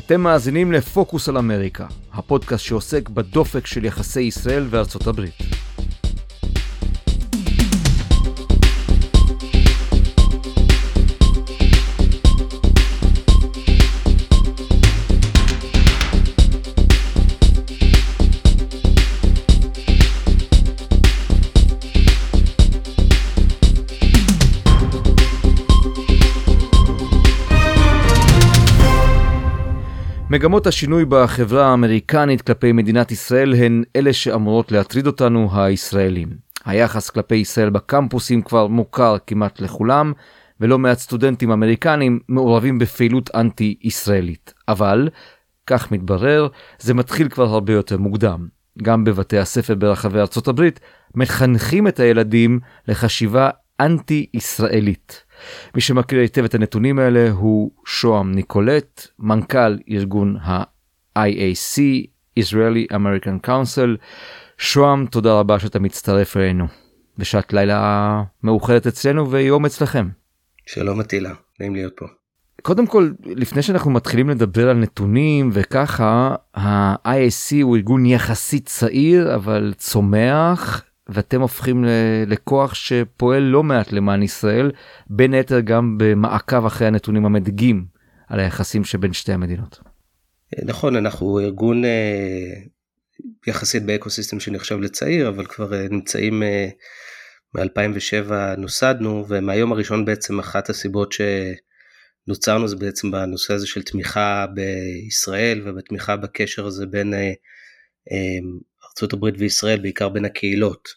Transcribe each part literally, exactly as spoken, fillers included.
אתם מאזינים לפוקוס על אמריקה, הפודקאסט שעוסק בדופק של יחסי ישראל וארצות הברית. מגמות השינוי בחברה האמריקנית כלפי מדינת ישראל הן אלה שאמורות להטריד אותנו, הישראלים. היחס כלפי ישראל בקמפוסים כבר מוכר כמעט לכולם, ולא מעט סטודנטים אמריקנים מעורבים בפעילות אנטי-ישראלית. אבל, כך מתברר, זה מתחיל כבר הרבה יותר מוקדם. גם בבתי הספר ברחבי ארצות הברית מחנכים את הילדים לחשיבה אנטי-ישראלית. מי שמכיר היטב את הנתונים האלה הוא שוהם ניקולט, מנכ"ל ארגון ה-איי איי סי, Israeli American Council. שוהם, תודה רבה שאתה מצטרף אלינו. בשעת לילה מאוחרת אצלנו ויום אצלכם. שלום אטילה, נעים להיות פה. קודם כל, לפני שאנחנו מתחילים לדבר על נתונים וככה, ה-איי איי סי הוא ארגון יחסית צעיר אבל צומח, ואתם הופכים לכוח שפועל לא מעט למען ישראל, בין היתר גם במעקב אחרי הנתונים המדגים על היחסים שבין שתי המדינות. נכון, אנחנו ארגון יחסית באקוסיסטם שנחשב לצעיר, אבל כבר נמצאים מ-אלפיים ושבע נוסדנו, ומהיום הראשון בעצם אחת הסיבות שנוצרנו זה בעצם בנושא הזה של תמיכה בישראל, ובתמיכה בקשר הזה בין ארצות הברית וישראל, בעיקר בין הקהילות.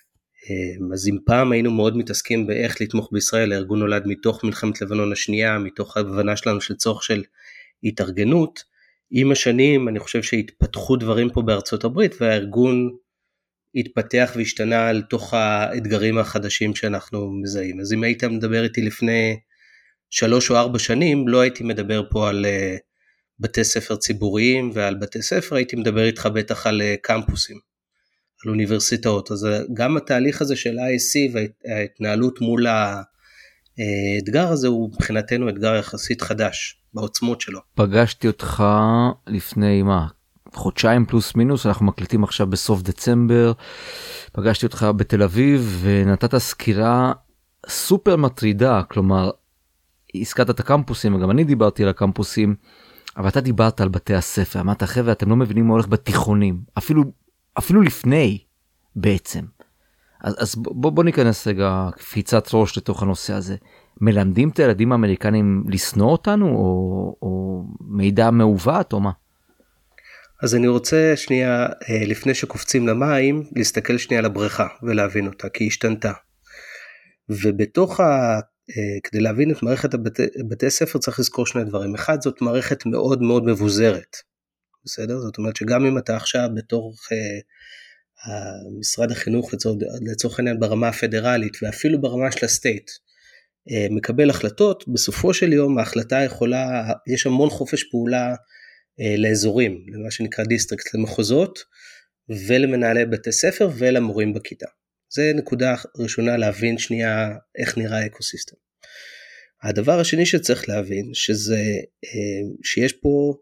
אז אם פעם היינו מאוד מתעסקים באיך לתמוך בישראל, הארגון נולד מתוך מלחמת לבנון השנייה, מתוך ההבנה שלנו של צורך של התארגנות, עם השנים אני חושב שהתפתחו דברים פה בארצות הברית, והארגון התפתח והשתנה על תוך האתגרים החדשים שאנחנו מזהים. אז אם היית מדבר איתי לפני שלוש או ארבע שנים, לא הייתי מדבר פה על בתי ספר ציבוריים ועל בתי ספר, הייתי מדבר איתך בטח על קמפוסים, על אוניברסיטאות. אז גם התהליך הזה של איי איי סי וההתנהלות מול האתגר הזה הוא מבחינתנו אתגר יחסית חדש בעוצמות שלו. פגשתי אותך לפני מה? חודשיים פלוס מינוס, אנחנו מקליטים עכשיו בסוף דצמבר, פגשתי אותך בתל אביב ונתת סקירה סופר מטרידה, כלומר, הזכרת את הקמפוסים, וגם אני דיברתי על הקמפוסים, אבל אתה דיברת על בתי הספר, אמרת חבר'ה, אתם לא מבינים מה הולך בתיכונים, אפילו, אפילו לפני בעצם. אז, אז בוא, בוא ניכנס רגע קפיצת ראש לתוך הנושא הזה. מלמדים את הילדים האמריקנים לשנוא אותנו, או, או מידע מעוות, או מה? אז אני רוצה שנייה, לפני שקופצים למים, להסתכל שנייה על הבריכה ולהבין אותה, כי היא השתנתה. ובתוך ה... כדי להבין את מערכת הבתי, בתי ספר צריך לזכור שני דברים. אחד, זאת מערכת מאוד מאוד מבוזרת. בסדר? זאת אומרת שגם אם אתה עכשיו בתור אה, משרד החינוך לצורך, לצורך העניין ברמה הפדרלית ואפילו ברמה של הסטייט, אה, מקבל החלטות, בסופו של יום ההחלטה יכולה, יש המון חופש פעולה אה, לאזורים, למה שנקרא דיסטריקט, למחוזות ולמנהלי בתי ספר ולמורים בכיתה. זה נקודה ראשונה להבין שנייה איך נראה האקוסיסטם. הדבר השני שצריך להבין שזה שיש פה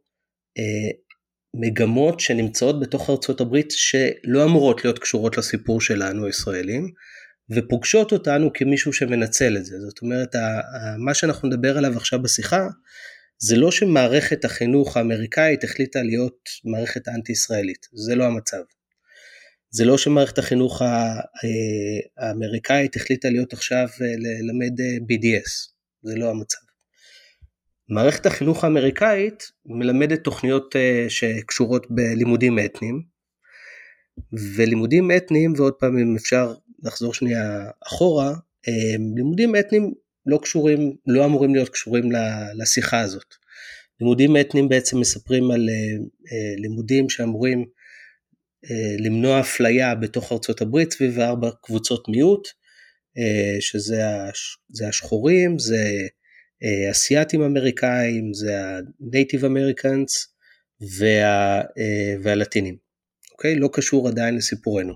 מגמות שנמצאות בתוך ארצות הברית שלא אמורות להיות קשורות לסיפור שלנו הישראלים, ופוגשות אותנו כמישהו שמנצל את זה. זאת אומרת, מה שאנחנו נדבר עליו עכשיו בשיחה, זה לא שמערכת החינוך האמריקאית החליטה להיות מערכת האנטי-ישראלית, זה לא המצב. זה לא שמערכת החינוך האמריקאית החליטה להיות עכשיו ללמד בי די אס, זה לא המצב. מערכת החינוך האמריקאית מלמדת תוכניות שקשורות בלימודים אתניים, ולימודים אתניים, ועוד פעם אם אפשר לחזור שנייה אחורה, לימודים אתניים לא קשורים, לא אמורים להיות קשורים לשיחה הזאת. לימודים אתניים בעצם מספרים על לימודים שאמורים למנוע אפליה בתוך ארצות הברית סביב ארבע קבוצות מיעוט, שזה זה השחורים, זה אסיאטים אמריקאים, זה ה-Native Americans וה, והלטינים. אוקיי? לא קשור עדיין לסיפורנו.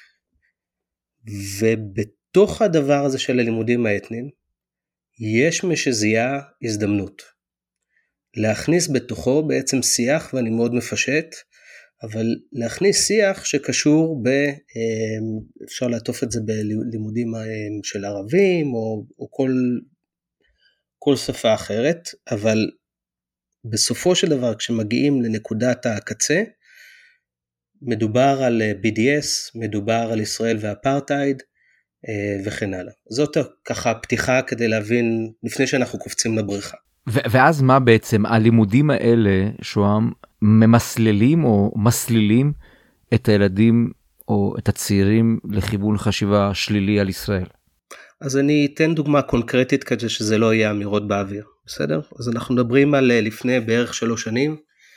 ובתוך הדבר הזה של הלימודים האתניים, יש משזייה הזדמנות. להכניס בתוכו בעצם שיח, ואני מאוד מפשט, אבל להכניס שיח שקשור ב, אפשר לעטוף את זה בלימודים של ערבים, או, או כל, כל שפה אחרת, אבל בסופו של דבר, כשמגיעים לנקודת הקצה, מדובר על בי די אס, מדובר על ישראל ואפרטייד, וכן הלאה. זאת ככה פתיחה כדי להבין, לפני שאנחנו קופצים לבריכה. ואז מה בעצם הלימודים האלה, שוהם, ממסללים או מסלילים את הילדים או את הצעירים לכיוון חשיבה שלילי על ישראל? אז אני אתן דוגמה קונקרטית כדי שזה לא יהיה אמירות באוויר, בסדר? אז אנחנו מדברים על לפני בערך שלוש שנים,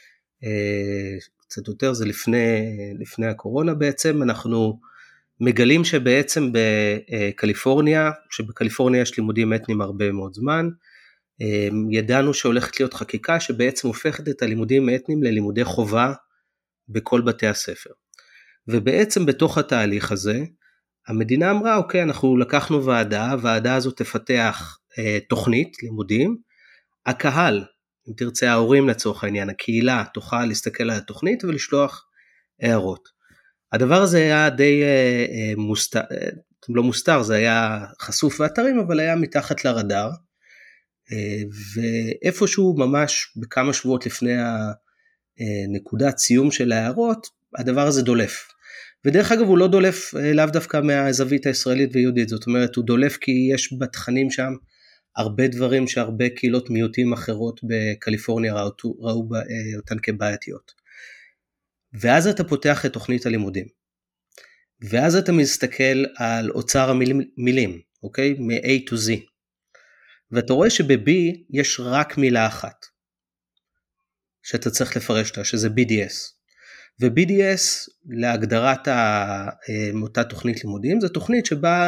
קצת יותר, זה לפני, לפני הקורונה בעצם, אנחנו מגלים שבעצם בקליפורניה, שבקליפורניה יש לימודים אתניים הרבה מאוד זמן, ידענו שהולכת להיות חקיקה שבעצם הופכת את הלימודים האתניים ללימודי חובה בכל בתי הספר. ובעצם בתוך התהליך הזה, המדינה אמרה, אוקיי, אנחנו לקחנו ועדה, הוועדה הזאת תפתח אה, תוכנית לימודים, הקהל, אם תרצה ההורים לצורך העניין, הקהילה תוכל להסתכל על התוכנית ולשלוח הערות. הדבר הזה היה די אה, אה, מוסתר, אה, לא מוסתר, זה היה חשוף באתרים, אבל היה מתחת לרדאר, ואיפשהו ממש בכמה שבועות לפני הנקודת סיום של ההערות, הדבר הזה דולף. ודרך אגב הוא לא דולף לאו דווקא מהזווית הישראלית ויהודית, זאת אומרת הוא דולף כי יש בתכנים שם הרבה דברים שהרבה קהילות מיעוטים אחרות בקליפורניה ראו, ראו אותן כבעייתיות. ואז אתה פותח את תוכנית הלימודים, ואז אתה מסתכל על אוצר המילים, אוקיי? מ-A to Z. ואתה רואה שב-B יש רק מילה אחת, שאתה צריך לפרש אותה, שזה בי די אס. ו-בי די אס, להגדרת אותה תוכנית לימודים, זו תוכנית שבאה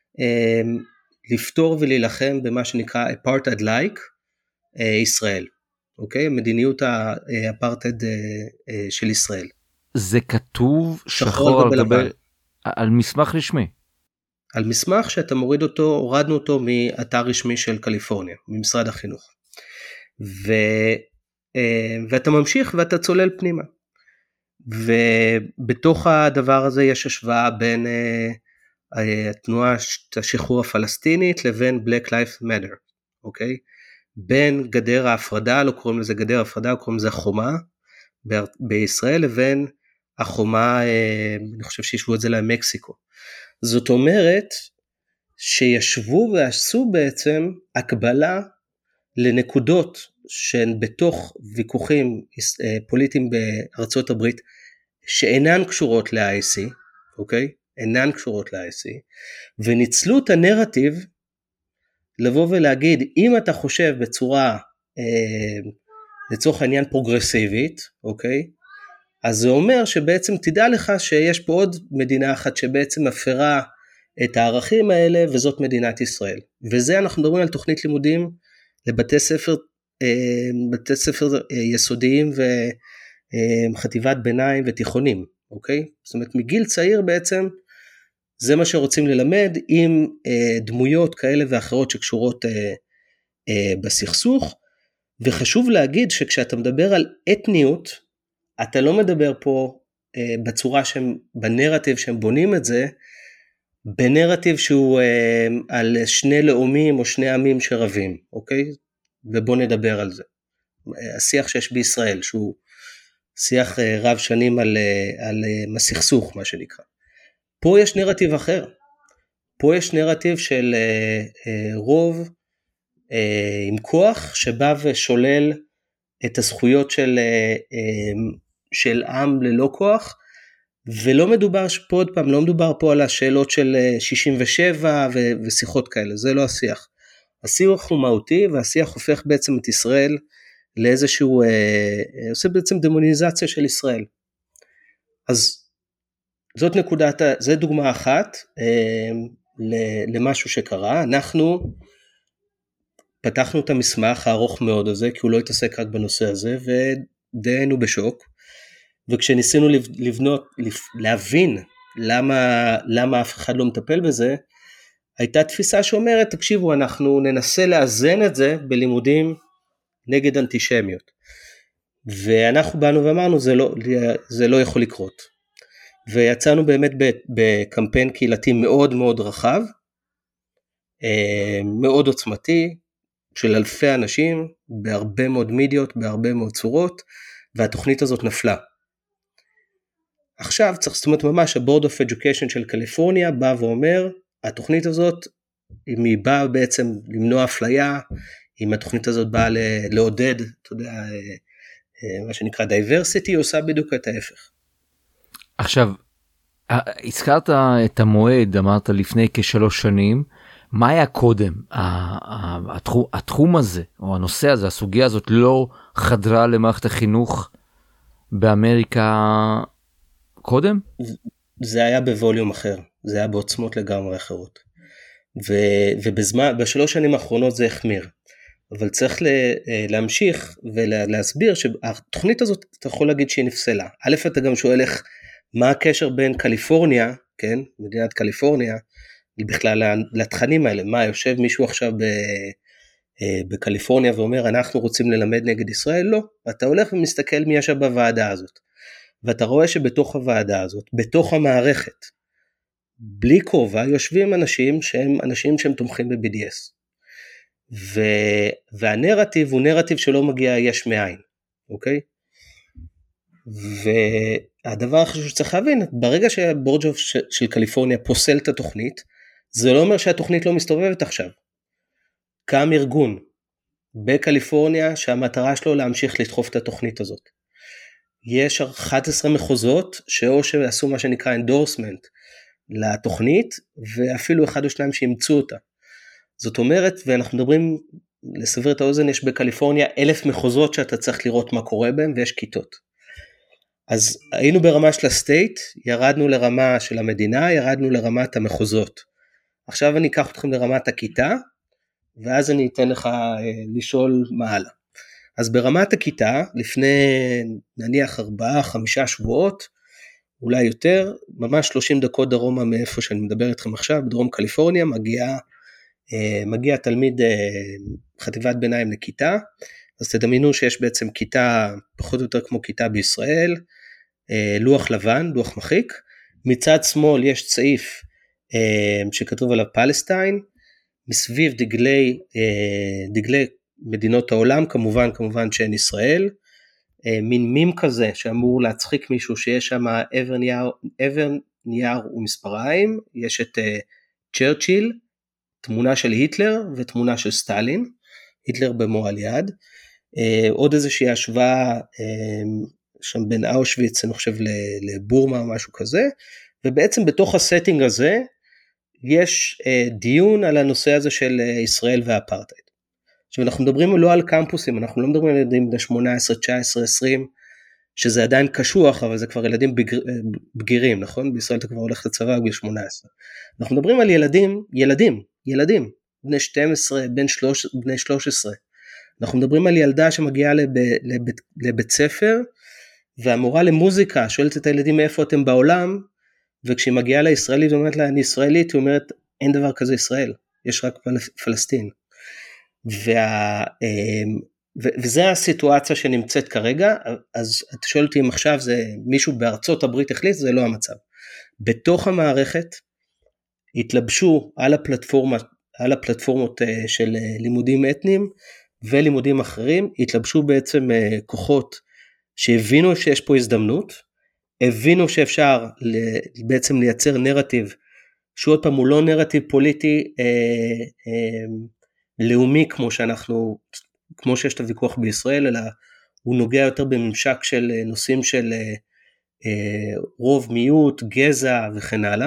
לפתור ולהילחם במה שנקרא Apartheid-like ישראל. אוקיי? מדיניות האפרטהייד של ישראל. זה כתוב שחור על גבי, על מסמך רשמי. על מסמך שאתה מוריד אותו, הורדנו אותו מאתר רשמי של קליפורניה, ממשרד החינוך. ו, ואתה ממשיך ואתה צולל פנימה. ובתוך הדבר הזה יש השוואה בין התנועה השחרור הפלסטינית לבין Black Lives Matter, אוקיי? בין גדר ההפרדה, לא קוראים לזה גדר ההפרדה, קוראים לזה החומה ב- בישראל, לבין החומה, אני חושב שישבו את זה למקסיקו. זאת אומרת שישבו ועשו בעצם הקבלה לנקודות שהן בתוך ויכוחים פוליטיים בארצות הברית שאינן קשורות ל-איי סי, אוקיי? אינן קשורות ל-איי סי, וניצלו את הנרטיב לבוא ולהגיד, אם אתה חושב בצורה אה, לצורך העניין פרוגרסיבית, אוקיי? אז זה אומר שבעצם תדע לך שיש פה עוד מדינה אחת שבעצם מפרה את הערכים האלה, וזאת מדינת ישראל. וזה אנחנו מדברים על תוכנית לימודים לבתי ספר, בתי ספר יסודיים וחטיבת ביניים ותיכונים, אוקיי? זאת אומרת, מגיל צעיר בעצם, זה מה שרוצים ללמד עם דמויות כאלה ואחרות שקשורות בסכסוך, וחשוב להגיד שכשאתה מדבר על אתניות, אתה לא מדבר פה אה, בצורה שהם, בנרטיב שהם בונים את זה, בנרטיב שהוא אה, על שני לאומים או שני עמים שרבים, אוקיי? ובוא נדבר על זה. השיח שיש בישראל, שהוא שיח אה, רב שנים על, אה, על אה, מסכסוך, מה שנקרא. פה יש נרטיב אחר. פה יש נרטיב של אה, אה, רוב אה, עם כוח, שבא ושולל את הזכויות של, של עם ללא כוח, ולא מדובר פה עוד פעם, לא מדובר פה על השאלות של שישים ושבע ו- ושיחות כאלה, זה לא השיח. השיח הוא מהותי, והשיח הופך בעצם את ישראל לאיזשהו, עושה בעצם דמוניזציה של ישראל. אז זאת נקודת, זה דוגמה אחת למשהו שקרה. אנחנו פתחנו את המסמך הארוך מאוד הזה, כי הוא לא התעסק רק בנושא הזה, ודיינו בשוק, וכשניסינו לבנות, להבין למה, למה אף אחד לא מטפל בזה, הייתה תפיסה שאומרת, תקשיבו, אנחנו ננסה לאזן את זה בלימודים נגד אנטישמיות. ואנחנו באנו ואמרנו, זה לא, זה לא יכול לקרות. ויצאנו באמת בקמפיין קהילתי מאוד מאוד רחב, מאוד עוצמתי, של אלפי אנשים, בהרבה מאוד מידיות, בהרבה מאוד צורות, והתוכנית הזאת נפלה. עכשיו צריך, זאת אומרת ממש, ה-Board of Education של קליפורניה בא ואומר, התוכנית הזאת, אם היא באה בעצם למנוע אפליה, אם התוכנית הזאת באה לעודד, אתה יודע, מה שנקרא diversity, היא עושה בדיוק את ההפך. עכשיו, הזכרת את המועד, אמרת לפני כשלוש שנים, מה היה קודם? התחום, התחום הזה, או הנושא הזה, הסוגיה הזאת לא חדרה למערכת החינוך באמריקה קודם? זה היה בווליום אחר, זה היה בעוצמות לגמרי אחרות. ו- ובזמן, בשלוש שנים האחרונות זה החמיר. אבל צריך להמשיך ולהסביר שהתוכנית הזאת, אתה יכול להגיד שהיא נפסלה. א', אתה גם שואל איך, מה הקשר בין קליפורניה, כן, מדינת קליפורניה, בכלל לתכנים האלה, מה, יושב מישהו עכשיו ב, בקליפורניה ואומר, אנחנו רוצים ללמד נגד ישראל? לא, אתה הולך ומסתכל מי ישב בוועדה הזאת, ואתה רואה שבתוך הוועדה הזאת, בתוך המערכת, בלי כובע, יושבים אנשים שהם אנשים שהם תומכים ב-בי די אס, ו, והנרטיב הוא נרטיב שלא מגיע יש מאין, אוקיי? והדבר החשוב שצריך להבין, ברגע שהבורד של קליפורניה פוסל את התוכנית, זה לא אומר שהתוכנית לא מסתובבת עכשיו. קם ארגון בקליפורניה שהמטרה שלו להמשיך לדחוף את התוכנית הזאת. יש אחת עשרה מחוזות שאו שעשו מה שנקרא endorsement לתוכנית, ואפילו אחד או שניים שימצאו אותה. זאת אומרת, ואנחנו מדברים, לסבר את האוזן, יש בקליפורניה אלף מחוזות שאתה צריך לראות מה קורה בהם, ויש כיתות. אז היינו ברמה של הסטייט, ירדנו לרמה של המדינה, ירדנו לרמת המחוזות. עכשיו אני אקח אתכם לרמת הכיתה, ואז אני אתן לך לשאול מה הלאה. אז ברמת הכיתה, לפני נניח ארבעה, חמישה שבועות, אולי יותר, ממש שלושים דקות דרומה מאיפה שאני מדבר איתכם עכשיו, בדרום קליפורניה, מגיע, מגיע תלמיד חטיבת ביניים לכיתה, אז תדמיינו שיש בעצם כיתה, פחות או יותר כמו כיתה בישראל, לוח לבן, לוח מחיק, מצד שמאל יש צעיף שכתוב עליו פלסטיין, מסביב דגלי, דגלי מדינות העולם, כמובן, כמובן שאין ישראל, מין מים כזה שאמור להצחיק מישהו שיש שם אבן נייר, אבן נייר ומספריים, יש את צ'רצ'יל, תמונה של היטלר ותמונה של סטלין, היטלר במועל יד, עוד איזושהי השוואה שם בין אושוויץ, אני חושב לבורמה או משהו כזה, ובעצם בתוך הסטינג הזה, יש דיון על הנושא הזה של ישראל והאפרטהייד. עכשיו אנחנו מדברים לא על קמפוסים, אנחנו לא מדברים על ילדים בני שמונה עשרה, תשע עשרה, עשרים, שזה עדיין קשוח, אבל זה כבר ילדים בגירים, נכון? בישראל אתה כבר הולך לצבא בגיל שמונה עשרה. אנחנו מדברים על ילדים, ילדים, ילדים, בני שתים עשרה, בני שלוש עשרה. אנחנו מדברים על ילדה שמגיעה לבית, לבית, לבית ספר, והמורה למוזיקה שואלת את הילדים מאיפה אתם בעולם, וכשהיא מגיעה לישראלית ואומרת לה, אני ישראלית, היא אומרת, אין דבר כזה ישראל, יש רק פלסטין. וה, וזה הסיטואציה שנמצאת כרגע, אז אתה שואל אותי אם עכשיו זה מישהו בארצות הברית החליט, זה לא המצב. בתוך המערכת התלבשו על הפלטפורמה, על הפלטפורמות של לימודים אתניים ולימודים אחרים, התלבשו בעצם כוחות שהבינו שיש פה הזדמנות, הבינו שאפשר בעצם לייצר נרטיב, שעוד פעם הוא לא נרטיב פוליטי אה, אה, לאומי כמו שאנחנו, כמו שיש את הוויכוח בישראל, אלא הוא נוגע יותר בממשק של נושאים של אה, רוב, מיעוט, גזע וכן הלאה,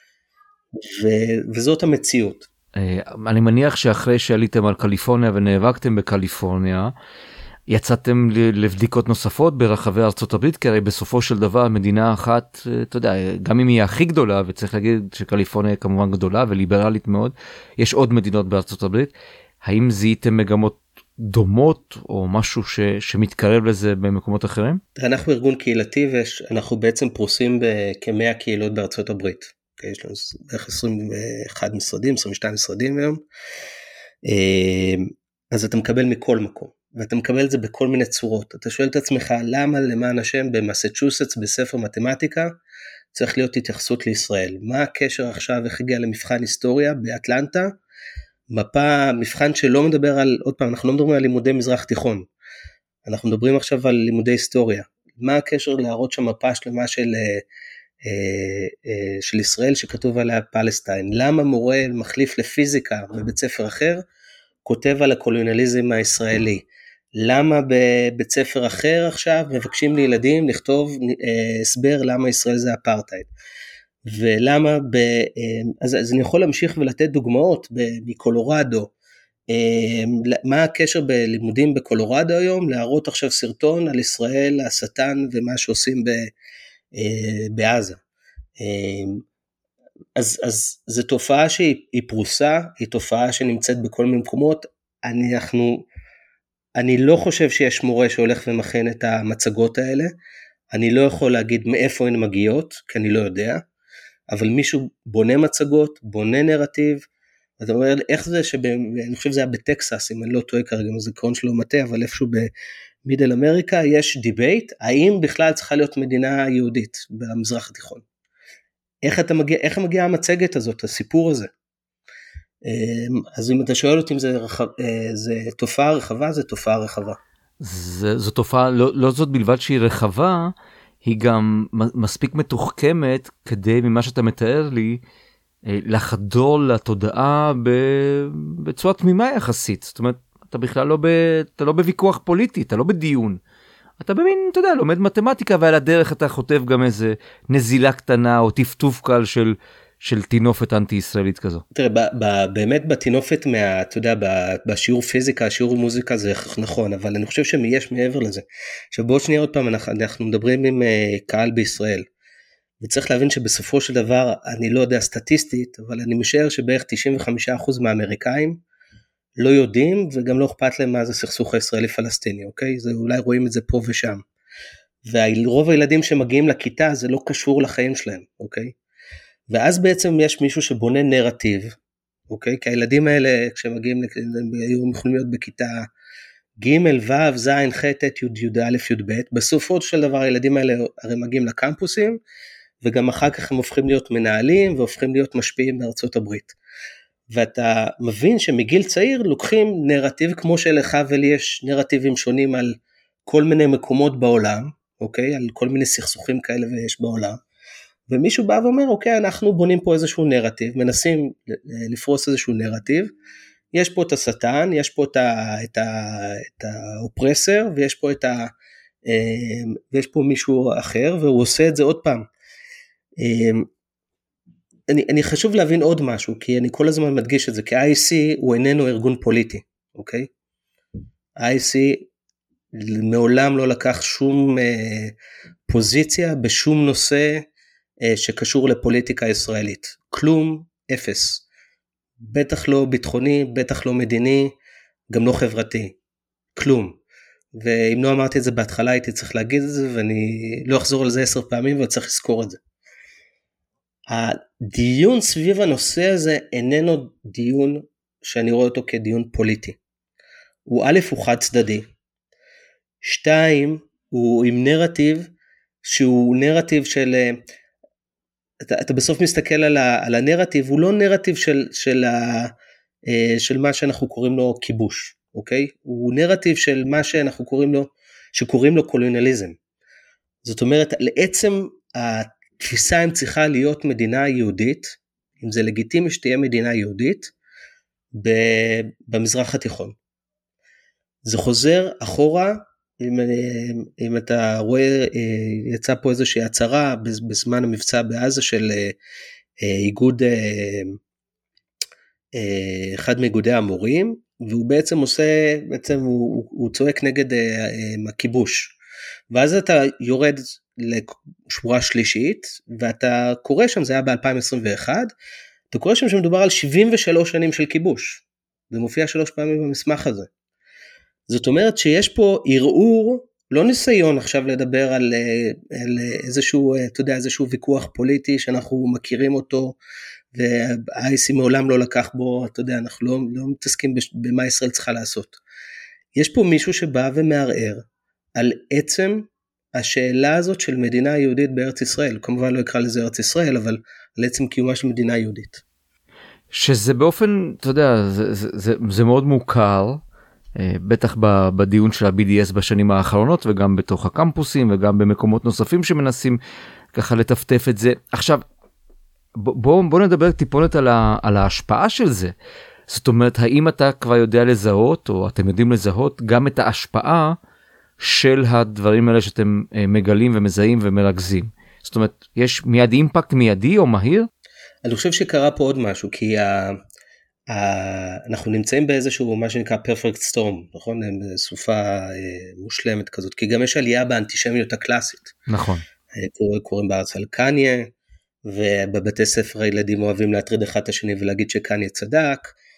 ו, וזאת המציאות. אני מניח שאחרי שעליתם על קליפורניה ונאבקתם בקליפורניה, יצאתם לבדיקות נוספות ברחבי ארצות הברית, כי הרי בסופו של דבר מדינה אחת, אתה יודע, גם אם היא הכי גדולה, וצריך להגיד שקליפורניה כמובן גדולה וליברלית מאוד, יש עוד מדינות בארצות הברית, האם זיהיתם מגמות דומות, או משהו ש, שמתקרב לזה במקומות אחרים? אנחנו ארגון קהילתי, ואנחנו בעצם פרוסים בכ-מאה קהילות בארצות הברית. יש לנו בערך עשרים ואחד משרדים, עשרים ושתיים משרדים היום, אז אתה מקבל מכל מקום. ואתה מקבל את זה בכל מיני צורות. אתה שואל את עצמך, למה למען השם במסצ'וסטס בספר מתמטיקה, צריך להיות התייחסות לישראל? מה הקשר עכשיו, איך הגיע למבחן היסטוריה באטלנטה, מפה, מבחן שלא מדבר על, עוד פעם, אנחנו לא מדברים על לימודי מזרח תיכון, אנחנו מדברים עכשיו על לימודי היסטוריה. מה הקשר להראות שם מפה שלמה של, של ישראל שכתוב עליה פלסטיין? למה מורה מחליף לפיזיקה בבית ספר אחר, כותב על הקולוניאליזם הישראלי? למה בבית ספר אחר עכשיו מבקשים לילדים לכתוב הסבר למה ישראל זה אפרטהייד? ולמה, ב, אז, אז אני יכול להמשיך ולתת דוגמאות מקולורדו, מה הקשר בלימודים בקולורדו היום, להראות עכשיו סרטון על ישראל, השטן ומה שעושים ב, בעזה. אז, אז זו תופעה שהיא פרוסה, היא תופעה שנמצאת בכל מיני מקומות. אני, אנחנו, אני לא חושב שיש מורה שהולך ומכין את המצגות האלה, אני לא יכול להגיד מאיפה הן מגיעות, כי אני לא יודע, אבל מישהו בונה מצגות, בונה נרטיב, אתה אומר, איך זה שב... אני חושב שזה היה בטקסס, אם אני לא טועה כרגע, הזיכרון שלו מטה, אבל איפשהו במידל אמריקה, יש דיבייט, האם בכלל צריכה להיות מדינה יהודית במזרח התיכון? איך אתה מגיע, איך מגיעה המצגת הזאת, הסיפור הזה? אז אם אתה שואל אותי אם זה, רחב, זה תופעה רחבה, זה תופעה רחבה. זה, זו תופעה, לא, לא זאת בלבד שהיא רחבה, היא גם מספיק מתוחכמת כדי, ממה שאתה מתאר לי, לחדור לתודעה בצורה תמימה יחסית. זאת אומרת, אתה בכלל לא, ב, אתה לא בוויכוח פוליטי, אתה לא בדיון. אתה במין, אתה יודע, לומד מתמטיקה, ועל הדרך אתה חוטף גם איזה נזילה קטנה, או טפטוף קל של, של תינופת אנטי-ישראלית כזו. תראה, ב, ב, באמת בתינופת, מה, אתה יודע, בשיעור פיזיקה, שיעור מוזיקה זה נכון, אבל אני חושב שיש מעבר לזה. עכשיו בואו שנייה עוד פעם, אנחנו, אנחנו מדברים עם קהל בישראל, וצריך להבין שבסופו של דבר, אני לא יודע סטטיסטית, אבל אני משער שבערך תשעים וחמישה אחוז מהאמריקאים, לא יודעים, וגם לא אכפת להם מה זה סכסוך הישראלי-פלסטיני, אוקיי? זה, אולי רואים את זה פה ושם. ורוב הילדים שמגיעים לכיתה, זה לא קשור לחיים שלהם, אוקיי? ואז בעצם יש מישהו שבונה נרטיב, אוקיי? כי הילדים האלה, כשמגיעים, היו יכולים להיות בכיתה ג', ו', ז', ח', ט', י', י', א', י', ב', בסופו של דבר הילדים האלה הרי מגיעים לקמפוסים, וגם אחר כך הם הופכים להיות מנהלים, והופכים להיות משפיעים בארצות הברית. ואתה מבין שמגיל צעיר לוקחים נרטיב, כמו שלך ולי יש נרטיבים שונים על כל מיני מקומות בעולם, אוקיי? על כל מיני סכסוכים כאלה ויש בעולם, ומישהו בא ואומר, אוקיי, אנחנו בונים פה איזשהו נרטיב, מנסים לפרוס איזשהו נרטיב, יש פה את השטן, יש פה את, ה, את, ה, את האופרסר, ויש פה, את ה, ויש פה מישהו אחר, והוא עושה את זה עוד פעם. אני, אני חשוב להבין עוד משהו, כי אני כל הזמן מדגיש את זה, כי איי סי הוא איננו ארגון פוליטי, אוקיי? איי סי מעולם לא לקח שום אה, פוזיציה בשום נושא אה, שקשור לפוליטיקה ישראלית. כלום, אפס. בטח לא ביטחוני, בטח לא מדיני, גם לא חברתי. כלום. ואם לא אמרתי את זה בהתחלה, הייתי צריך להגיד את זה, ואני לא אחזור על זה עשר פעמים, אבל צריך לזכור את זה. הדיון סביב הנושא הזה איננו דיון שאני רואה אותו כדיון פוליטי. הוא א', הוא חד צדדי. שתיים, הוא עם נרטיב, שהוא נרטיב של, אתה, אתה בסוף מסתכל על, ה, על הנרטיב, הוא לא נרטיב של, של, ה, של מה שאנחנו קוראים לו כיבוש, אוקיי? הוא נרטיב של מה שאנחנו קוראים לו, שקוראים לו קולוניאליזם. זאת אומרת, לעצם התפיסה אם צריכה להיות מדינה יהודית, אם זה לגיטימי שתהיה מדינה יהודית, במזרח התיכון. זה חוזר אחורה, אם, אם אתה רואה, יצא פה איזושהי הצהרה בזמן המבצע בעזה של איגוד, אחד מאיגודי המורים, והוא בעצם עושה, בעצם הוא, הוא צועק נגד הכיבוש. ואז אתה יורד לשורה שלישית, ואתה קורא שם, זה היה ב-אלפיים עשרים ואחת, אתה קורא שם שמדובר על שבעים ושלוש שנים של כיבוש. זה מופיע שלוש פעמים במסמך הזה. זאת אומרת שיש פה ערעור, לא ניסיון עכשיו לדבר על, על איזשהו, אתה יודע, איזשהו ויכוח פוליטי שאנחנו מכירים אותו, וה-איי סי מעולם לא לקח בו, אתה יודע, אנחנו לא, לא מתעסקים במה ישראל צריכה לעשות. יש פה מישהו שבא ומערער על עצם השאלה הזאת של מדינה יהודית בארץ ישראל, כמובן לא אקרא לזה ארץ ישראל, אבל על עצם קיומה של מדינה יהודית. שזה באופן, אתה יודע, זה, זה, זה, זה מאוד מוכר, בטח בדיון של ה-בי די אס בשנים האחרונות, וגם בתוך הקמפוסים, וגם במקומות נוספים שמנסים ככה לטפטף את זה. עכשיו, בוא, בוא נדבר טיפונת על, ה, על ההשפעה של זה. זאת אומרת, האם אתה כבר יודע לזהות, או אתם יודעים לזהות, גם את ההשפעה של הדברים האלה שאתם מגלים ומזהים ומרכזים? זאת אומרת, יש מיד אימפקט מיידי או מהיר? אני חושב שקרה פה עוד משהו, כי ה... ה... אנחנו נמצאים באיזשהו מה שנקרא perfect storm, נכון? סופה אה, מושלמת כזאת, כי גם יש עלייה באנטישמיות הקלאסית. נכון. קוראים, קוראים בארץ על קניה, ובבתי ספר הילדים אוהבים להטריד אחד את השני ולהגיד שקניה צדק,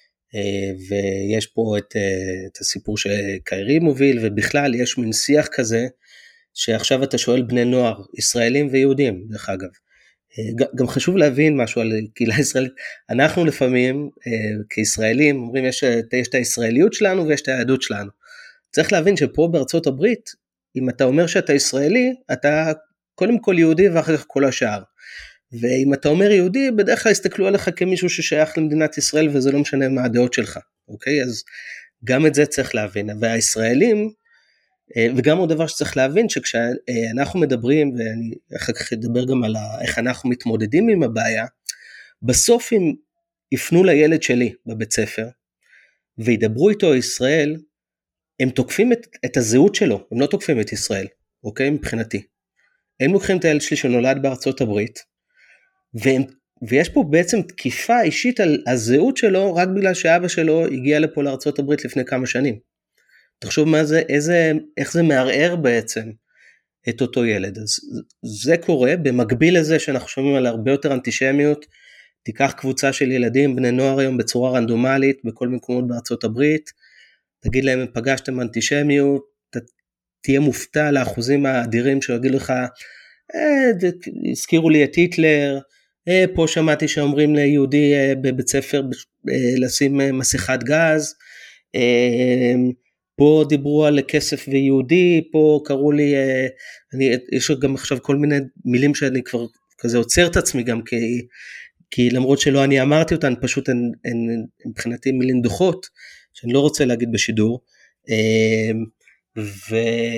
ויש פה את, את הסיפור שקיירי מוביל, ובכלל יש מין שיח כזה, שעכשיו אתה שואל בני נוער, ישראלים ויהודים, דרך אגב. גם חשוב להבין משהו על קהילה ישראלית, אנחנו לפעמים כישראלים אומרים יש, יש את הישראליות שלנו ויש את היהדות שלנו. צריך להבין שפה בארצות הברית, אם אתה אומר שאתה ישראלי, אתה קודם כל יהודי ואחר כך כל השאר. ואם אתה אומר יהודי, בדרך כלל יסתכלו עליך כמישהו ששייך למדינת ישראל, וזה לא משנה מה הדעות שלך, אוקיי? אז גם את זה צריך להבין. והישראלים, וגם עוד דבר שצריך להבין, שכשאנחנו מדברים, ואני אחר כך אדבר גם על איך אנחנו מתמודדים עם הבעיה, בסוף אם יפנו לילד שלי בבית ספר, וידברו איתו ישראל, הם תוקפים את, את הזהות שלו, הם לא תוקפים את ישראל, אוקיי? מבחינתי. הם לוקחים את הילד שלי שנולד בארצות הברית, והם, ויש פה בעצם תקיפה אישית על הזהות שלו, רק בגלל שאבא שלו הגיע לפה לארצות הברית לפני כמה שנים. תחשוב מה זה, איזה, איך זה מערער בעצם את אותו ילד. אז זה קורה, במקביל לזה שאנחנו שומעים על הרבה יותר אנטישמיות, תיקח קבוצה של ילדים, בני נוער היום בצורה רנדומלית, בכל מקומות בארצות הברית, תגיד להם, פגשתם אנטישמיות, ת, תהיה מופתע לאחוזים האדירים שיגיד לך, אה, הזכירו לי את היטלר, אה, פה שמעתי שאומרים ליהודי אה, בבית ספר אה, לשים אה, מסכת גז, אה, פה דיברו על כסף ויהודי, פה קראו לי, אה, אני, יש גם עכשיו כל מיני מילים שאני כבר כזה עוצר את עצמי גם, כי, כי למרות שלא אני אמרתי אותן, פשוט הן, הן, מבחינתי מילים דוחות, שאני לא רוצה להגיד בשידור, אה, ו...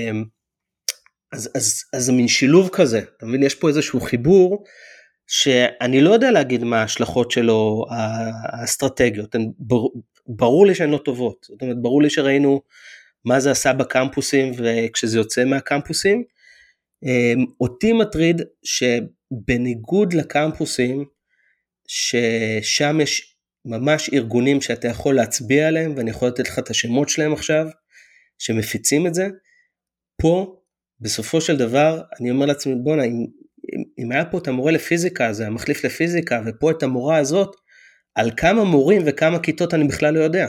אז, אז, אז זה מין שילוב כזה, אתה מבין, יש פה איזשהו חיבור, שאני לא יודע להגיד מה ההשלכות שלו, האסטרטגיות, ברור, ברור לי שהן לא טובות, זאת אומרת, ברור לי שראינו מה זה עשה בקמפוסים, וכשזה יוצא מהקמפוסים, אותי מטריד שבניגוד לקמפוסים, ששם יש ממש ארגונים שאתה יכול להצביע עליהם, ואני יכול לתת לך את השמות שלהם עכשיו, שמפיצים את זה, פה, בסופו של דבר, אני אומר לעצמי, בוא נה, אם, אם היה פה את המורה לפיזיקה, זה המחליף לפיזיקה, ופה את המורה הזאת, על כמה מורים וכמה כיתות אני בכלל לא יודע.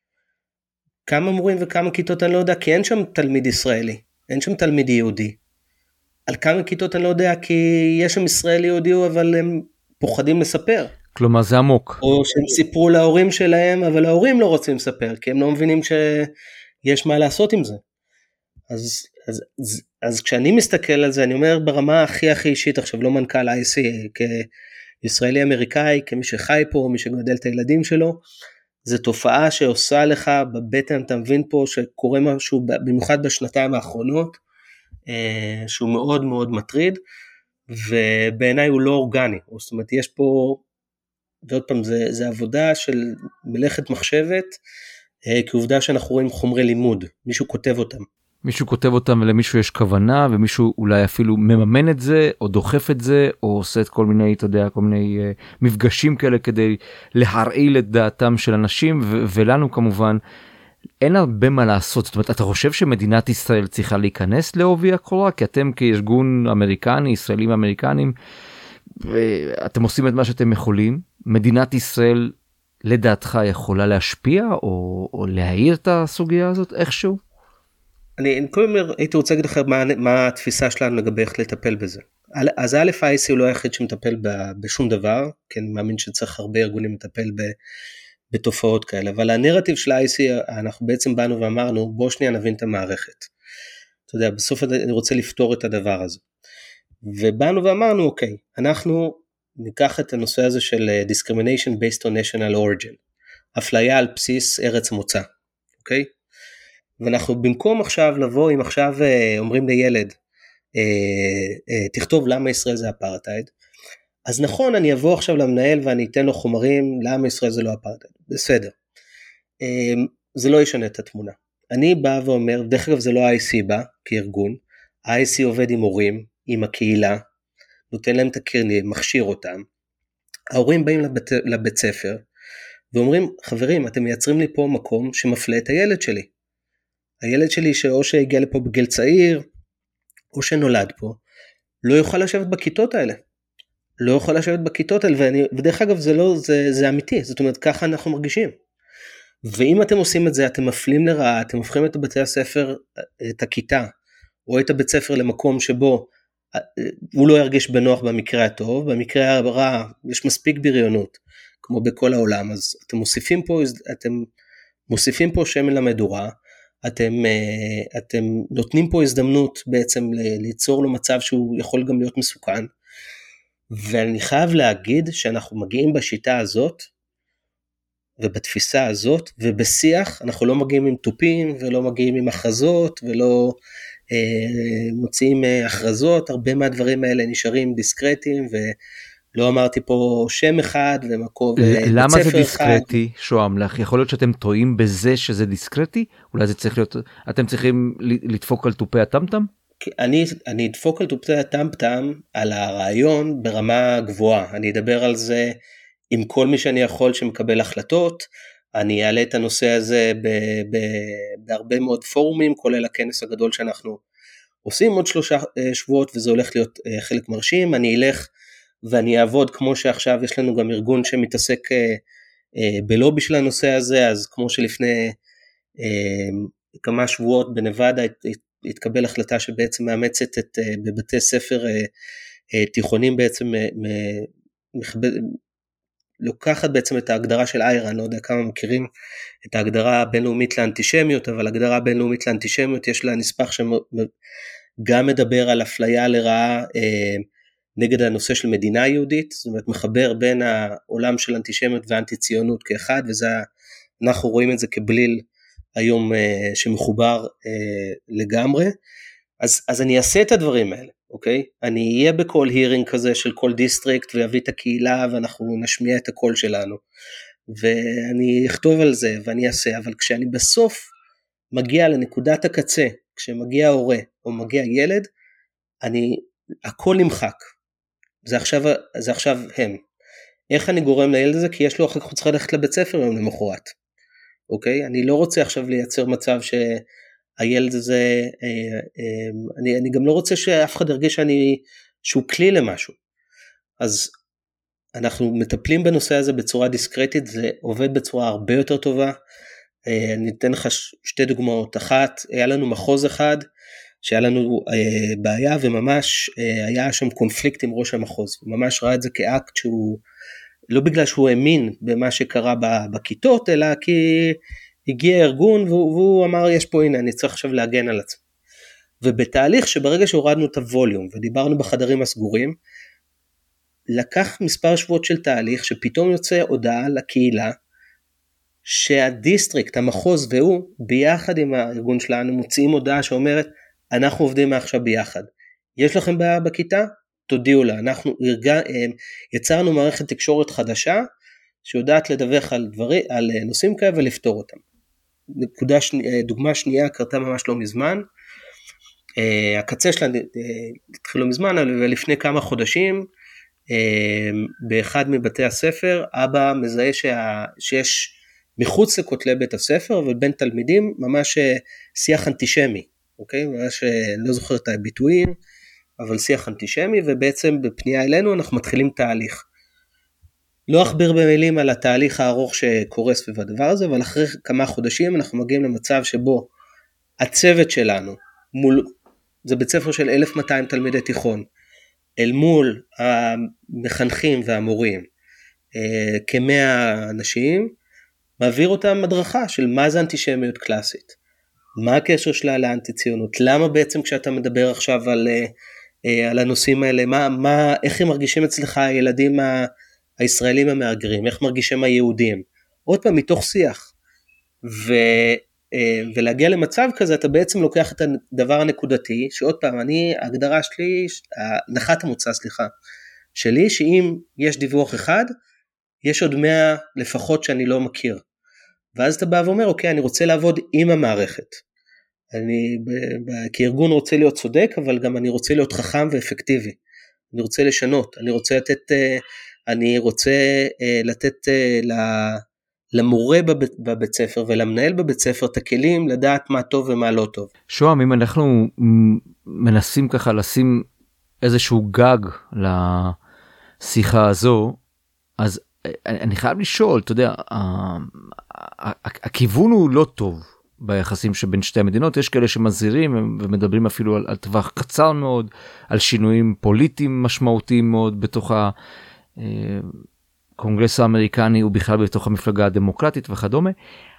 כמה מורים וכמה כיתות אני לא יודע, כי אין שם תלמיד ישראלי, אין שם תלמיד יהודי. על כמה כיתות אני לא יודע, כי יש שם ישראלי יהודי, אבל הם פוחדים לספר. כלומר זה עמוק. או שהם סיפרו להורים שלהם, אבל ההורים לא רוצים לספר, כי הם לא מבינים שיש מה לעשות עם זה. אז, אז, אז, אז כשאני מסתכל על זה, אני אומר ברמה הכי הכי אישית, עכשיו לא מנכ"ל איי סי, כישראלי אמריקאי, כמי שחי פה, מי שגדל את הילדים שלו, זו תופעה שעושה לך בבטן, אתה מבין פה שקורה משהו, במיוחד בשנתיים האחרונות, שהוא מאוד מאוד מטריד, ובעיניי הוא לא אורגני, זאת אומרת יש פה, ועוד פעם זה, זה עבודה של מלאכת מחשבת, כעובדה שאנחנו רואים חומרי לימוד, מישהו כותב אותם. מישהו כותב אותם ולמישהו יש כוונה, ומישהו אולי אפילו מממן את זה, או דוחף את זה, או עושה את כל מיני, אתה יודע, כל מיני uh, מפגשים כאלה כדי להרעיל את דעתם של אנשים, ו- ולנו כמובן אין הרבה מה לעשות. זאת אומרת, אתה חושב שמדינת ישראל צריכה להיכנס לעובי הקורה? כי אתם כארגון אמריקני, ישראלים אמריקנים, אתם עושים את מה שאתם יכולים. מדינת ישראל לדעתך יכולה להשפיע, או, או להעיר את הסוגיה הזאת איכשהו? אני קודם הייתי רוצה להגיד לכם מה, מה התפיסה שלנו לגבי איך לטפל בזה. אז א' איי סי הוא לא היחיד שמטפל בשום דבר, כי אני מאמין שצריך הרבה ארגונים לטפל בתופעות כאלה, אבל הנרטיב של ה-איי סי, אנחנו בעצם באנו ואמרנו, בוא שנייה נבין את המערכת. אתה יודע, בסוף אני רוצה לפתור את הדבר הזה. ובאנו ואמרנו, אוקיי, אנחנו ניקח את הנושא הזה של discrimination based on national origin, אפליה על בסיס ארץ מוצא, אוקיי? ואנחנו במקום עכשיו לבוא, אם עכשיו אומרים לילד, תכתוב למה ישראל זה אפרטהייד, אז נכון, אני אבוא עכשיו למנהל ואני אתן לו חומרים, למה ישראל זה לא אפרטהייד, בסדר. זה לא ישנה את התמונה. אני בא ואומר, דרך אגב זה לא ה-איי סי בא כארגון, ה-איי סי עובד עם הורים, עם הקהילה, נותן להם את הקרנים, מכשיר אותם, ההורים באים לבית, לבית ספר, ואומרים, חברים, אתם מייצרים לי פה מקום שמפלה את הילד שלי. הילד שלי שאו שהגיע לפה בגיל צעיר, או שנולד פה, לא יוכל לשבת בכיתות האלה. לא יכול לשבת בכיתות האלה, ואני, ודרך אגב זה לא, זה, זה אמיתי, זאת אומרת, ככה אנחנו מרגישים. ואם אתם עושים את זה, אתם מפלים לרעה, אתם הופכים את בתי הספר, את הכיתה, או את הבית ספר למקום שבו, הוא לא ירגיש בנוח במקרה הטוב, במקרה הרע יש מספיק בריונות, כמו בכל העולם, אז אתם מוסיפים פה, אתם מוסיפים פה שמן למדורה, אתם, אתם נותנים פה הזדמנות בעצם ליצור לו מצב שהוא יכול גם להיות מסוכן, ואני חייב להגיד שאנחנו מגיעים בשיטה הזאת, ובתפיסה הזאת, ובשיח, אנחנו לא מגיעים עם טופים, ולא מגיעים עם הכרזות, ולא אה, מוציאים הכרזות, הרבה מהדברים האלה נשארים דיסקרטיים, ולא אמרתי פה שם אחד, ומקום, למה זה דיסקרטי, שואם לך? יכול להיות שאתם טועים בזה שזה דיסקרטי? אולי זה צריך להיות, אתם צריכים לדפוק על טופי הטמטם? אני, אני אדפוק על טופי הטמטם, על הרעיון ברמה גבוהה, אני אדבר על זה, עם כל מי שאני יכול שמקבל החלטות, אני אעלה את הנושא הזה ב, ב, בהרבה מאוד פורומים, כולל הכנס הגדול שאנחנו עושים עוד שלושה שבועות, וזה הולך להיות חלק מרשים, אני אלך ואני אעבוד כמו שעכשיו יש לנו גם ארגון שמתעסק בלובי של הנושא הזה, אז כמו שלפני כמה שבועות בנבדה התקבל החלטה שבעצם מאמצת את, בבתי ספר תיכונים בעצם מכבד, לוקחת בעצם את ההגדרה של איירה, אני לא יודע כמה מכירים את ההגדרה הבינלאומית לאנטישמיות, אבל ההגדרה הבינלאומית לאנטישמיות יש לה נספח שגם מדבר על אפליה לרעה אה, נגד הנושא של מדינה יהודית, זאת אומרת מחבר בין העולם של אנטישמיות ואנטי ציונות כאחד, וזה אנחנו רואים את זה כבליל היום אה, שמחובר אה, לגמרי, אז, אז אני אעשה את הדברים האלה. אוקיי? אני אהיה בכל הירינג כזה של כל דיסטריקט ויביא את הקהילה ואנחנו נשמיע את הקול שלנו ואני אכתוב על זה ואני אעשה, אבל כשאני בסוף מגיע לנקודת הקצה, כשמגיע הורה או מגיע ילד, אני, הכל נמחק, זה עכשיו, זה עכשיו הם. איך אני גורם לילד הזה? כי יש לו אחר כך צריך ללכת לבית ספר יום למחרת, אוקיי? אני לא רוצה עכשיו לייצר מצב ש... הילד הזה, אני, אני גם לא רוצה שאף אחד ירגיש שאני, שהוא כלי למשהו. אז אנחנו מטפלים בנושא הזה בצורה דיסקרטית, זה עובד בצורה הרבה יותר טובה. אני אתן לך שתי דוגמאות. אחת, היה לנו מחוז אחד, שהיה לנו בעיה, וממש היה שם קונפליקט עם ראש המחוז. הוא ממש ראה את זה כאקט שהוא, לא בגלל שהוא האמין במה שקרה בכיתות, אלא כי הגיע ארגון והוא, והוא אמר יש פה, הנה אני צריך עכשיו להגן על עצמי. ובתהליך שברגע שהורדנו את הווליום ודיברנו בחדרים הסגורים, לקח מספר שבועות של תהליך שפתאום יוצא הודעה לקהילה, שהדיסטריקט, המחוז והוא, ביחד עם הארגון שלנו מוציאים הודעה שאומרת, אנחנו עובדים מעכשיו ביחד. יש לכם בעיה בכיתה? תודיעו לה. אנחנו ארגן, יצרנו מערכת תקשורת חדשה, שיודעת לדווח על, דברי, על נושאים כאלה ולפתור אותם. נקודה שני, דוגמה שנייה קרתה ממש לא מזמן, הקצה שלה התחיל לא מזמן, ולפני כמה חודשים, באחד מבתי הספר, אבא מזהה שה, שיש מחוץ לכותלי בית הספר, ובין תלמידים ממש שיח אנטישמי, אוקיי? ממש לא זוכר את הביטויים, אבל שיח אנטישמי, ובעצם בפנייה אלינו אנחנו מתחילים תהליך. לא אכביר במילים על התהליך הארוך שקורה סביב הדבר הזה, אבל אחרי כמה חודשים אנחנו מגיעים למצב שבו הצוות שלנו, מול, זה בית ספר של אלף ומאתיים תלמידי תיכון, אל מול המחנכים והמורים, כמאה אנשים, מעביר אותם הדרכה של מה זה אנטישמיות קלאסית, מה הקשר שלה לאנטי ציונות, למה בעצם כשאתה מדבר עכשיו על, על הנושאים האלה, מה, מה, איך הם מרגישים אצלך הילדים ה, הישראלים המאגרים, איך מרגישים היהודים, עוד פעם מתוך שיח, ו, ולהגיע למצב כזה, אתה בעצם לוקח את הדבר הנקודתי, שעוד פעם, אני, ההגדרה שלי, הנחת המוצא, סליחה, שלי, שאם יש דיווח אחד, יש עוד מאה לפחות שאני לא מכיר, ואז אתה בא ואומר, אוקיי, אני רוצה לעבוד עם המערכת, אני כארגון רוצה להיות צודק, אבל גם אני רוצה להיות חכם ואפקטיבי, אני רוצה לשנות, אני רוצה לתת, אני רוצה לתת למורה בבית, בבית ספר ולמנהל בבית ספר את הכלים לדעת מה טוב ומה לא טוב. שוהם, אם אנחנו מנסים ככה לשים איזשהו גג לשיחה הזו, אז אני חייב לשאול, אתה יודע, הכיוון הוא לא טוב ביחסים שבין שתי המדינות, יש כאלה שמזהירים ומדברים אפילו על, על טווח קצר מאוד, על שינויים פוליטיים משמעותיים מאוד בתוך הקונגרס האמריקני ובכלל בתוך המפלגה הדמוקרטית וכדומה.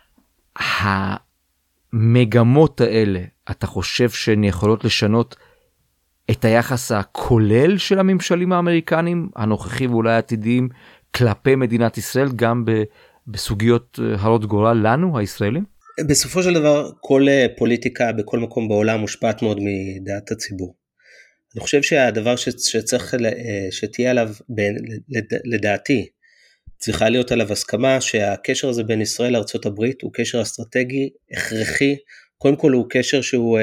המגמות האלה, אתה חושב שהן יכולות לשנות את היחס הכולל של הממשלים האמריקנים, הנוכחים ואולי העתידיים, כלפי מדינת ישראל, גם בסוגיות הרות גורל לנו, הישראלים? בסופו של דבר, כל פוליטיקה בכל מקום בעולם מושפעת מאוד מדעת הציבור. אני חושב שהדבר שצריך, שתהיה עליו, לדעתי, צריכה להיות עליו הסכמה, שהקשר הזה בין ישראל לארצות הברית, הוא קשר אסטרטגי, הכרחי, קודם כל הוא קשר שהוא,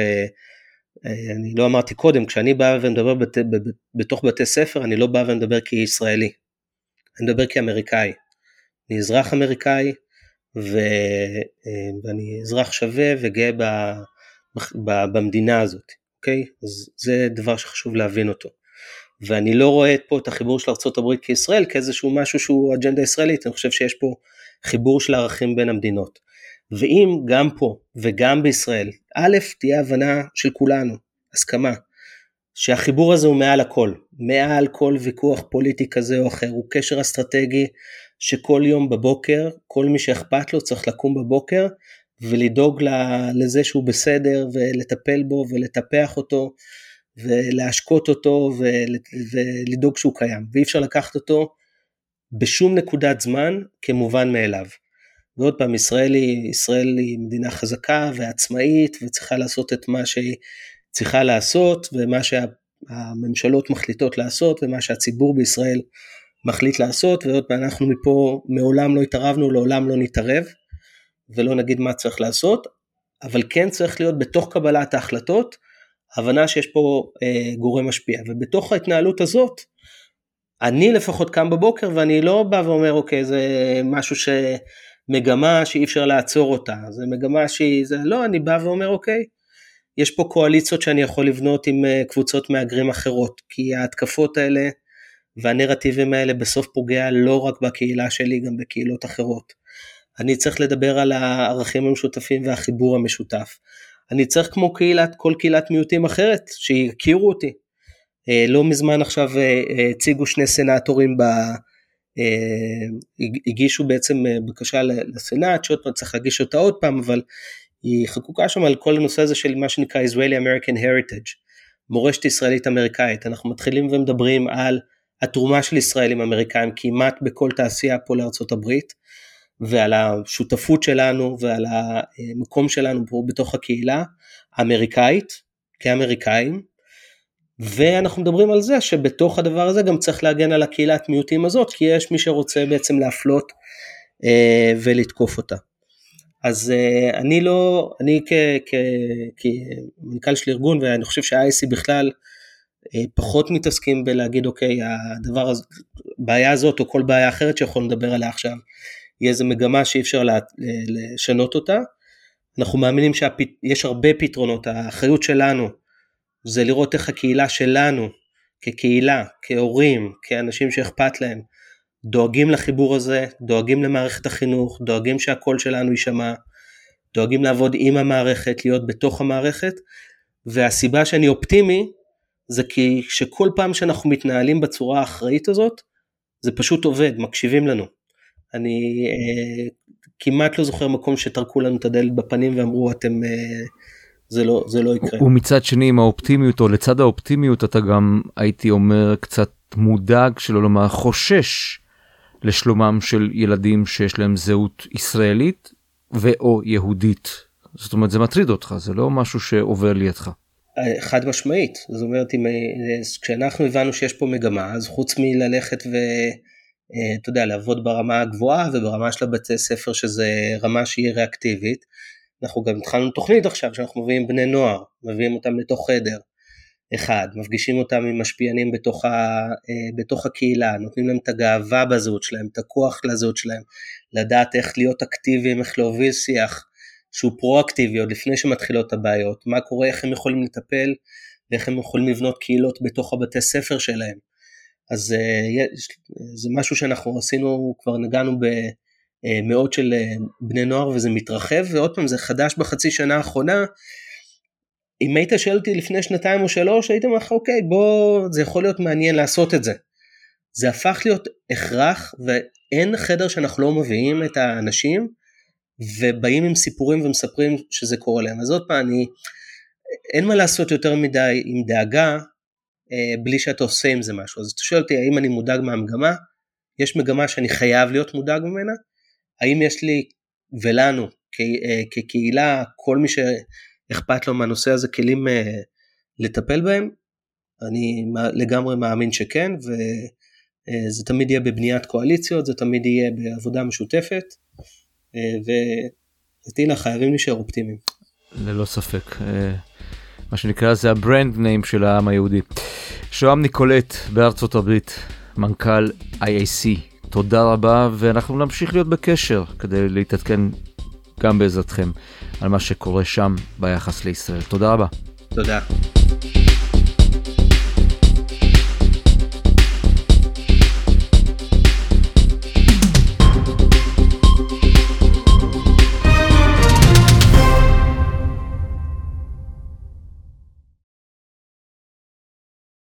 אני לא אמרתי קודם, כשאני בא ומדבר בת, בתוך בתי ספר, אני לא בא ומדבר כישראלי, אני מדבר כאמריקאי, אני אזרח אמריקאי, ו... ואני אזרח שווה וגאה ב... ב... במדינה הזאת, אוקיי? אז זה דבר שחשוב להבין אותו, ואני לא רואה פה את החיבור של ארצות הברית כישראל, כאיזשהו משהו שהוא אג'נדה ישראלית, אני חושב שיש פה חיבור של הערכים בין המדינות, ואם גם פה וגם בישראל, א', תהיה הבנה של כולנו, הסכמה, שהחיבור הזה הוא מעל הכל, מעל כל ויכוח פוליטי כזה או אחר, הוא קשר אסטרטגי, שכל יום בבוקר, כל מי שאכפת לו צריך לקום בבוקר, ולדאוג לזה שהוא בסדר, ולטפל בו, ולטפח אותו, ולהשקות אותו, ולדאוג שהוא קיים, ואי אפשר לקחת אותו, בשום נקודת זמן, כמובן מאליו. ועוד פעם, ישראל היא, ישראל היא מדינה חזקה, ועצמאית, וצריכה לעשות את מה שהיא צריכה לעשות, ומה שהממשלות מחליטות לעשות, ומה שהציבור בישראל מחליט לעשות, ועוד פעם אנחנו מפה מעולם לא התערבנו, לעולם לא נתערב, ולא נגיד מה צריך לעשות, אבל כן צריך להיות בתוך קבלת ההחלטות, הבנה שיש פה אה, גורם משפיע, ובתוך ההתנהלות הזאת, אני לפחות קם בבוקר, ואני לא בא ואומר, אוקיי, זה משהו שמגמה שאי אפשר לעצור אותה, זה מגמה שהיא, זה לא, אני בא ואומר, אוקיי, יש פה קואליציות שאני יכול לבנות עם קבוצות מאגרים אחרות, כי ההתקפות האלה, והנרטיבים האלה בסוף פוגע לא רק בקהילה שלי, גם בקהילות אחרות. אני צריך לדבר על הערכים המשותפים והחיבור המשותף. אני צריך כמו קהילת, כל קהילת מיעוטים אחרת, שיכירו אותי. לא מזמן עכשיו הציגו שני סנאטורים, ב, הגישו בעצם בקשה לסנאט, שעוד פעם צריך להגיש אותה עוד פעם, אבל היא חקוקה שם על כל הנושא הזה של מה שנקרא Israeli American Heritage, מורשת ישראלית אמריקאית. אנחנו מתחילים ומדברים על התרומה של ישראלים אמריקאים כמעט בכל תעשייה פה לארצות הברית, ועל השותפות שלנו ועל המקום שלנו פה בתוך הקהילה האמריקאית, כאמריקאים, ואנחנו מדברים על זה שבתוך הדבר הזה גם צריך להגן על הקהילת מיעוטים הזאת, כי יש מי שרוצה בעצם להפלות אה, ולתקוף אותה. אז אה, אני לא, אני כ, כ, כמנכ"ל של ארגון, ואני חושב שה-איי אי סי בכלל, פחות מתעסקים בלהגיד, אוקיי, הדבר הזה, בעיה הזאת או כל בעיה אחרת שיכול לדבר עליה עכשיו, יהיה איזו מגמה שאי אפשר לשנות אותה. אנחנו מאמינים שיש הרבה פתרונות, האחריות שלנו זה לראות איך הקהילה שלנו, כקהילה, כהורים, כאנשים שאכפת להם, דואגים לחיבור הזה, דואגים למערכת החינוך, דואגים שהקול שלנו יישמע, דואגים לעבוד עם המערכת, להיות בתוך המערכת, והסיבה שאני אופטימי, זה כי שכל פעם שאנחנו מתנהלים בצורה האחראית הזאת, זה פשוט עובד, מקשיבים לנו. אני כמעט לא זוכר מקום שטרקו לנו את הדלת בפנים ואמרו אתם, זה לא, זה לא יקרה. ומצד שני עם האופטימיות, או לצד האופטימיות, אתה גם הייתי אומר קצת מודאג, שלא לומר חושש לשלומם של ילדים שיש להם זהות ישראלית ואו יהודית. זאת אומרת, זה מטריד אותך, זה לא משהו שעובר לידך. חד משמעית, זאת אומרת, אם, כשאנחנו הבנו שיש פה מגמה, אז חוץ מללכת ו... אתה יודע, לעבוד ברמה הגבוהה וברמה של הבתי ספר, שזה רמה שהיא ריאקטיבית, אנחנו גם התחלנו תוכנית עכשיו, שאנחנו מביאים בני נוער, מביאים אותם לתוך חדר, אחד, מפגישים אותם עם משפיענים בתוך, ה, בתוך הקהילה, נותנים להם את הגאווה בזהות שלהם, את הכוח לזהות שלהם, לדעת איך להיות אקטיביים, איך להוביל שיח, שהוא פרואקטיבי, עוד לפני שמתחילות הבעיות, מה קורה, איך הם יכולים לטפל, ואיך הם יכולים לבנות קהילות בתוך הבתי ספר שלהם. אז זה משהו שאנחנו עשינו, כבר נגענו במאות של בני נוער, וזה מתרחב, ועוד פעם זה חדש בחצי שנה האחרונה. אם היית שואל אותי לפני שנתיים או שלוש, הייתם אומר, אוקיי, בוא, זה יכול להיות מעניין לעשות את זה. זה הפך להיות הכרח, ואין חדר שאנחנו לא מביאים את האנשים, ובאים עם סיפורים ומספרים שזה קורה להם. אז עוד פעם, אני, אין מה לעשות יותר מדי עם דאגה, בלי שאתה עושה עם זה משהו. אז אתה שואל אותי, האם אני מודאג מהמגמה? יש מגמה שאני חייב להיות מודאג ממנה? האם יש לי ולנו כקהילה, כל מי שאכפת לו מהנושא הזה, כלים לטפל בהם? אני לגמרי מאמין שכן, וזה תמיד יהיה בבניית קואליציות, זה תמיד יהיה בעבודה משותפת, ותהילה, חייבים להישאר אופטימיים. ללא ספק. מה שנקרא זה הברנד ניים של העם היהודי. שוהם ניקולט בארצות הברית, מנכ"ל איי איי סי, תודה רבה, ואנחנו נמשיך להיות בקשר כדי להתעדכן גם בעזרתכם על מה שקורה שם ביחס לישראל. תודה רבה. תודה.